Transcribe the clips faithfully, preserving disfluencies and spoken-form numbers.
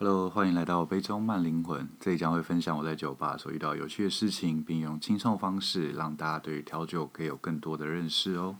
Hello，欢迎来到杯中慢灵魂。这里将会分享我在酒吧所遇到有趣的事情，并用轻松方式让大家对于调酒可以有更多的认识哦。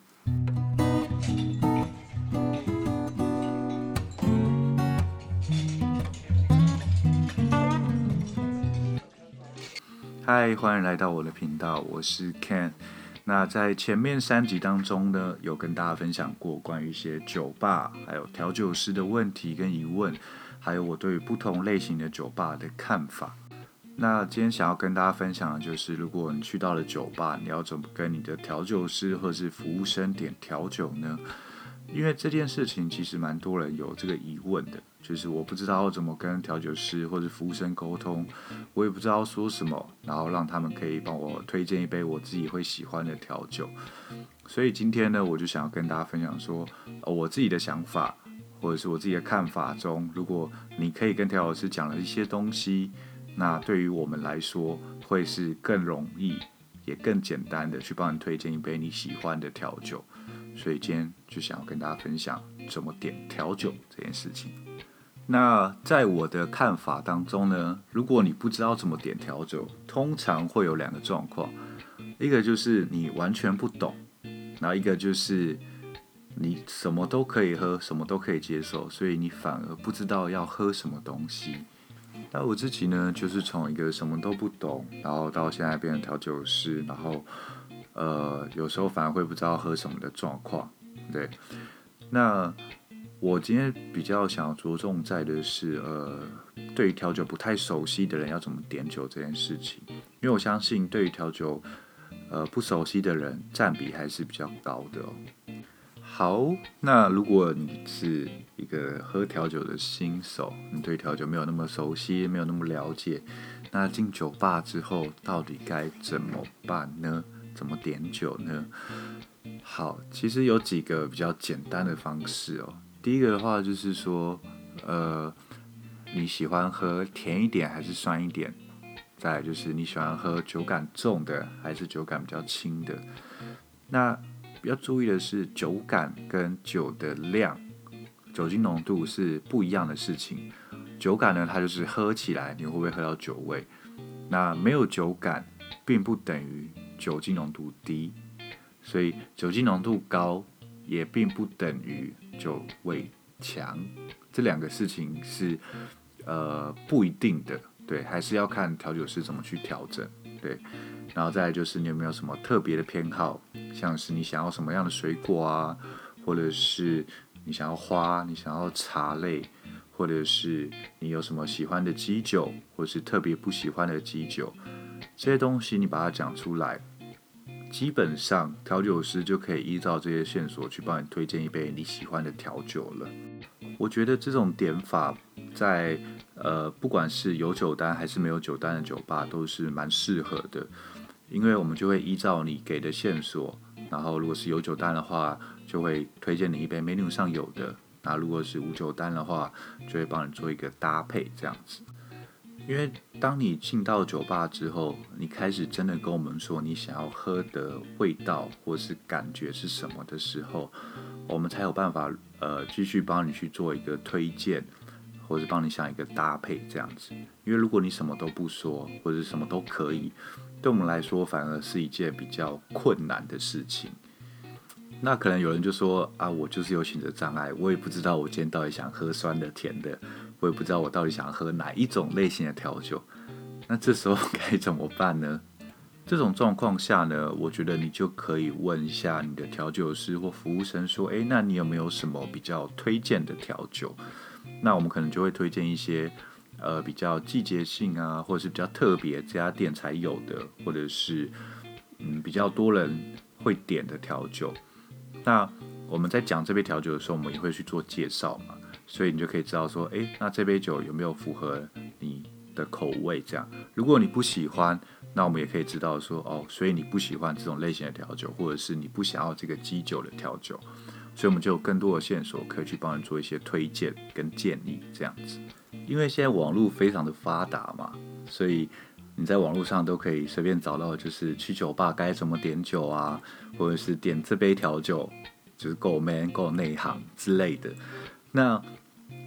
嗨，欢迎来到我的频道，我是 Ken。那在前面三集当中呢，有跟大家分享过关于一些酒吧还有调酒师的问题跟疑问，还有我对于不同类型的酒吧的看法。那今天想要跟大家分享的就是，如果你去到了酒吧，你要怎么跟你的调酒师或是服务生点调酒呢？因为这件事情其实蛮多人有这个疑问的，就是我不知道怎么跟调酒师或是服务生沟通，我也不知道说什么，然后让他们可以帮我推荐一杯我自己会喜欢的调酒。所以今天呢，我就想要跟大家分享说，呃，我自己的想法或者是我自己的看法中，如果你可以跟调酒师讲了一些东西，那对于我们来说会是更容易也更简单的去帮你推荐一杯你喜欢的调酒。所以今天就想要跟大家分享怎么点调酒这件事情。那在我的看法当中呢，如果你不知道怎么点调酒，通常会有两个状况，一个就是你完全不懂，然后一个就是你什么都可以喝，什么都可以接受，所以你反而不知道要喝什么东西。那我自己呢，就是从一个什么都不懂，然后到现在变成调酒师，然后呃，有时候反而会不知道喝什么的状况。对，那我今天比较想着重在的是，呃，对于调酒不太熟悉的人要怎么点酒这件事情，因为我相信对于调酒呃不熟悉的人占比还是比较高的哦。好，那如果你是一个喝调酒的新手，你对调酒没有那么熟悉，没有那么了解，那进酒吧之后到底该怎么办呢？怎么点酒呢？好，其实有几个比较简单的方式哦。第一个的话就是说，呃，你喜欢喝甜一点还是酸一点？再来就是你喜欢喝酒感重的还是酒感比较轻的？那比较注意的是，酒感跟酒的量、酒精浓度是不一样的事情。酒感呢，它就是喝起来你会不会喝到酒味？那没有酒感，并不等于酒精浓度低，所以酒精浓度高也并不等于酒味强。这两个事情是呃不一定的，对，还是要看调酒师怎么去调整，对。然后再来就是你有没有什么特别的偏好，像是你想要什么样的水果啊，或者是你想要花，你想要茶类，或者是你有什么喜欢的基酒，或者是特别不喜欢的基酒，这些东西你把它讲出来，基本上调酒师就可以依照这些线索去帮你推荐一杯你喜欢的调酒了。我觉得这种点法在呃不管是有酒单还是没有酒单的酒吧都是蛮适合的，因为我们就会依照你给的线索，然后如果是有酒单的话，就会推荐你一杯 menu 上有的；那如果是无酒单的话，就会帮你做一个搭配这样子。因为当你进到酒吧之后，你开始真的跟我们说你想要喝的味道或是感觉是什么的时候，我们才有办法呃继续帮你去做一个推荐，或是帮你想一个搭配这样子。因为如果你什么都不说，或者什么都可以，对我们来说反而是一件比较困难的事情。那可能有人就说啊，我就是有选择障碍，我也不知道我今天到底想喝酸的、甜的，我也不知道我到底想喝哪一种类型的调酒。那这时候该怎么办呢？这种状况下呢，我觉得你就可以问一下你的调酒师或服务生说，诶，那你有没有什么比较推荐的调酒？那我们可能就会推荐一些呃比较季节性啊，或者是比较特别这家店才有的，或者是嗯比较多人会点的调酒。那我们在讲这杯调酒的时候，我们也会去做介绍嘛，所以你就可以知道说，诶，那这杯酒有没有符合你的口味？这样，如果你不喜欢，那我们也可以知道说，哦，所以你不喜欢这种类型的调酒，或者是你不想要这个基酒的调酒，所以我们就有更多的线索可以去帮你做一些推荐跟建议，这样子。因为现在网络非常的发达嘛，所以你在网络上都可以随便找到，就是去酒吧该怎么点酒啊，或者是点这杯调酒，就是够 man 够内行之类的。那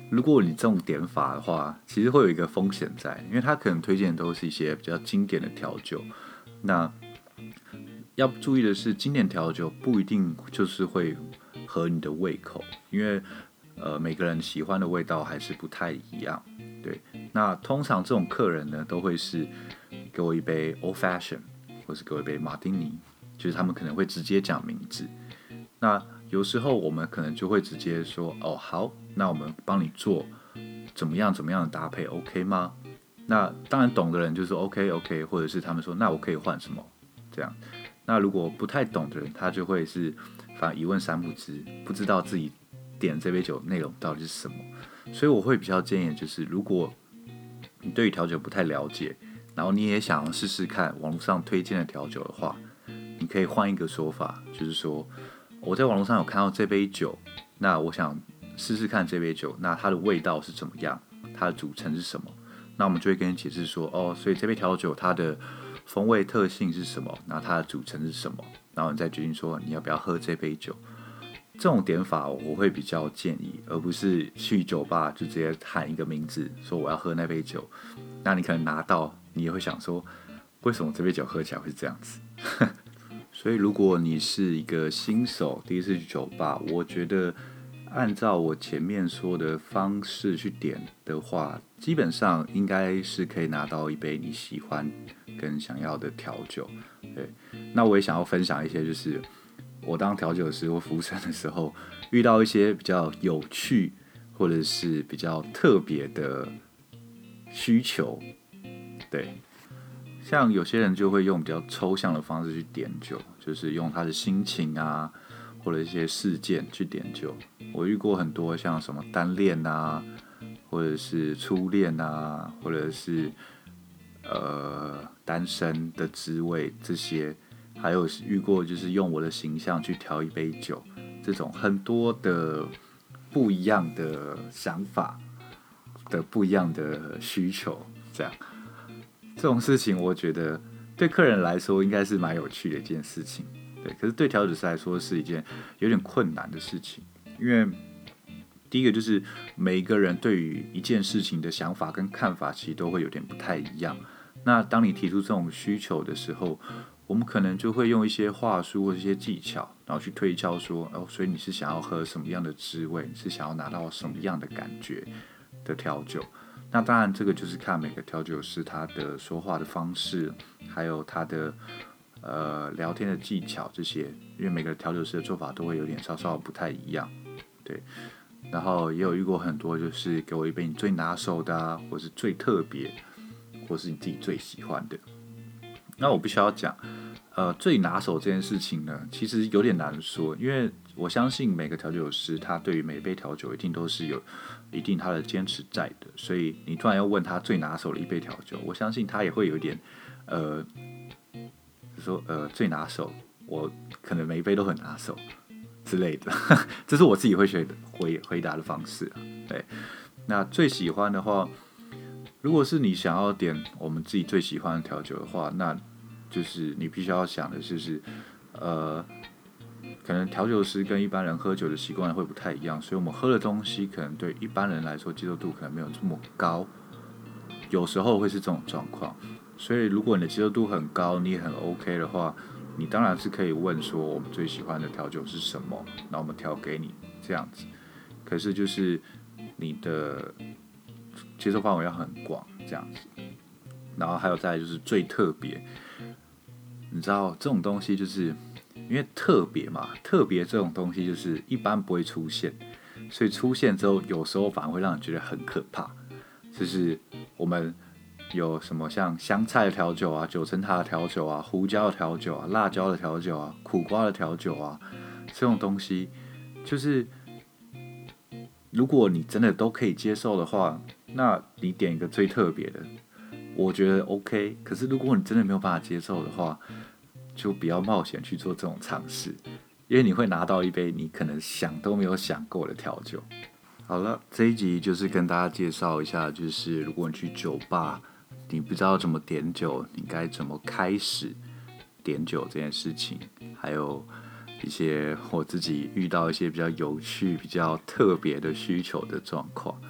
如果你这种点法的话，其实会有一个风险在，因为他可能推荐的都是一些比较经典的调酒。那要注意的是，经典调酒不一定就是会合你的胃口，因为呃每个人喜欢的味道还是不太一样。对，那通常这种客人呢，都会是给我一杯 Old Fashion， 或是给我一杯马丁尼，就是他们可能会直接讲名字。那有时候我们可能就会直接说，哦，好，那我们帮你做怎么样怎么样的搭配 ，OK 吗？那当然懂的人就说 OK OK， 或者是他们说那我可以换什么这样。那如果不太懂的人，他就会是反正一问三不知，不知道自己点这杯酒内容到底是什么。所以我会比较建议，就是如果你对于调酒不太了解，然后你也想要试试看网络上推荐的调酒的话，你可以换一个说法，就是说我在网络上有看到这杯酒，那我想试试看这杯酒，那它的味道是怎么样，它的组成是什么？那我们就会跟你解释说，哦，所以这杯调酒它的风味特性是什么，然后它的组成是什么，然后你再决定说你要不要喝这杯酒。这种点法我会比较建议，而不是去酒吧就直接喊一个名字说我要喝那杯酒，那你可能拿到你也会想说，为什么这杯酒喝起来会是这样子？所以如果你是一个新手，第一次去酒吧，我觉得按照我前面说的方式去点的话，基本上应该是可以拿到一杯你喜欢跟想要的调酒。对，那我也想要分享一些，就是我当调酒师或服务生的时候，遇到一些比较有趣或者是比较特别的需求。对，像有些人就会用比较抽象的方式去点酒，就是用他的心情啊，或者一些事件去点酒。我遇过很多像什么单恋啊，或者是初恋啊，或者是呃单身的滋味这些，还有遇过就是用我的形象去调一杯酒，这种很多的不一样的想法的不一样的需求，这样。这种事情我觉得对客人来说应该是蛮有趣的一件事情，对。可是对调酒师来说是一件有点困难的事情，因为第一个就是每一个人对于一件事情的想法跟看法其实都会有点不太一样。那当你提出这种需求的时候，我们可能就会用一些话术或一些技巧，然后去推敲说，哦，所以你是想要喝什么样的滋味，你是想要拿到什么样的感觉的调酒。那当然，这个就是看每个调酒师他的说话的方式，还有他的呃聊天的技巧这些，因为每个调酒师的做法都会有点稍稍不太一样，对。然后也有遇过很多，就是给我一杯你最拿手的啊，或是最特别，或是你自己最喜欢的。那我必须要讲，呃，最拿手这件事情呢，其实有点难说，因为我相信每个调酒师他对于每杯调酒一定都是有一定他的坚持在的，所以你突然要问他最拿手的一杯调酒，我相信他也会有一点，呃，就说呃最拿手，我可能每一杯都很拿手之类的，这是我自己会学回回答的方式啊。对，那最喜欢的话，如果是你想要点我们自己最喜欢的调酒的话，那就是你必须要想的就是，呃，可能调酒师跟一般人喝酒的习惯会不太一样，所以我们喝的东西可能对一般人来说接受度可能没有这么高，有时候会是这种状况。所以如果你的接受度很高，你也很 OK 的话，你当然是可以问说我们最喜欢的调酒是什么，那我们调给你这样子。可是就是你的接受范围要很广这样子。然后还有再来就是最特别，你知道这种东西就是因为特别嘛，特别这种东西就是一般不会出现，所以出现之后有时候反而会让人觉得很可怕。就是我们有什么像香菜的调酒啊、九层塔的调酒啊、胡椒的调酒啊、辣椒的调酒啊、苦瓜的调酒啊，这种东西就是如果你真的都可以接受的话，那你点一个最特别的，我觉得 OK。可是如果你真的没有办法接受的话，就不要冒险去做这种尝试，因为你会拿到一杯你可能想都没有想过的调酒。好了，这一集就是跟大家介绍一下，就是如果你去酒吧，你不知道怎么点酒，你该怎么开始点酒这件事情，还有一些我自己遇到一些比较有趣、比较特别的需求的状况。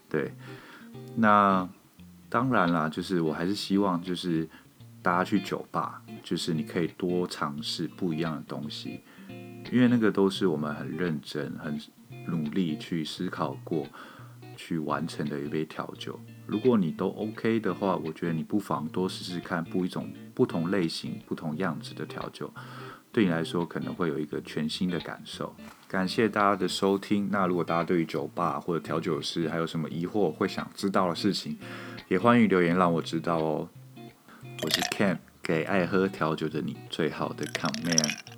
对，那当然啦，就是我还是希望就是大家去酒吧，就是你可以多尝试不一样的东西，因为那个都是我们很认真、很努力去思考过、去完成的一杯调酒。如果你都 OK 的话，我觉得你不妨多试试看不一种不同类型、不同样子的调酒，对你来说可能会有一个全新的感受。感谢大家的收听。那如果大家对于酒吧或者调酒师还有什么疑惑，会想知道的事情，也欢迎留言让我知道哦。我是 Ken， 给爱喝调酒的你最好的 comment。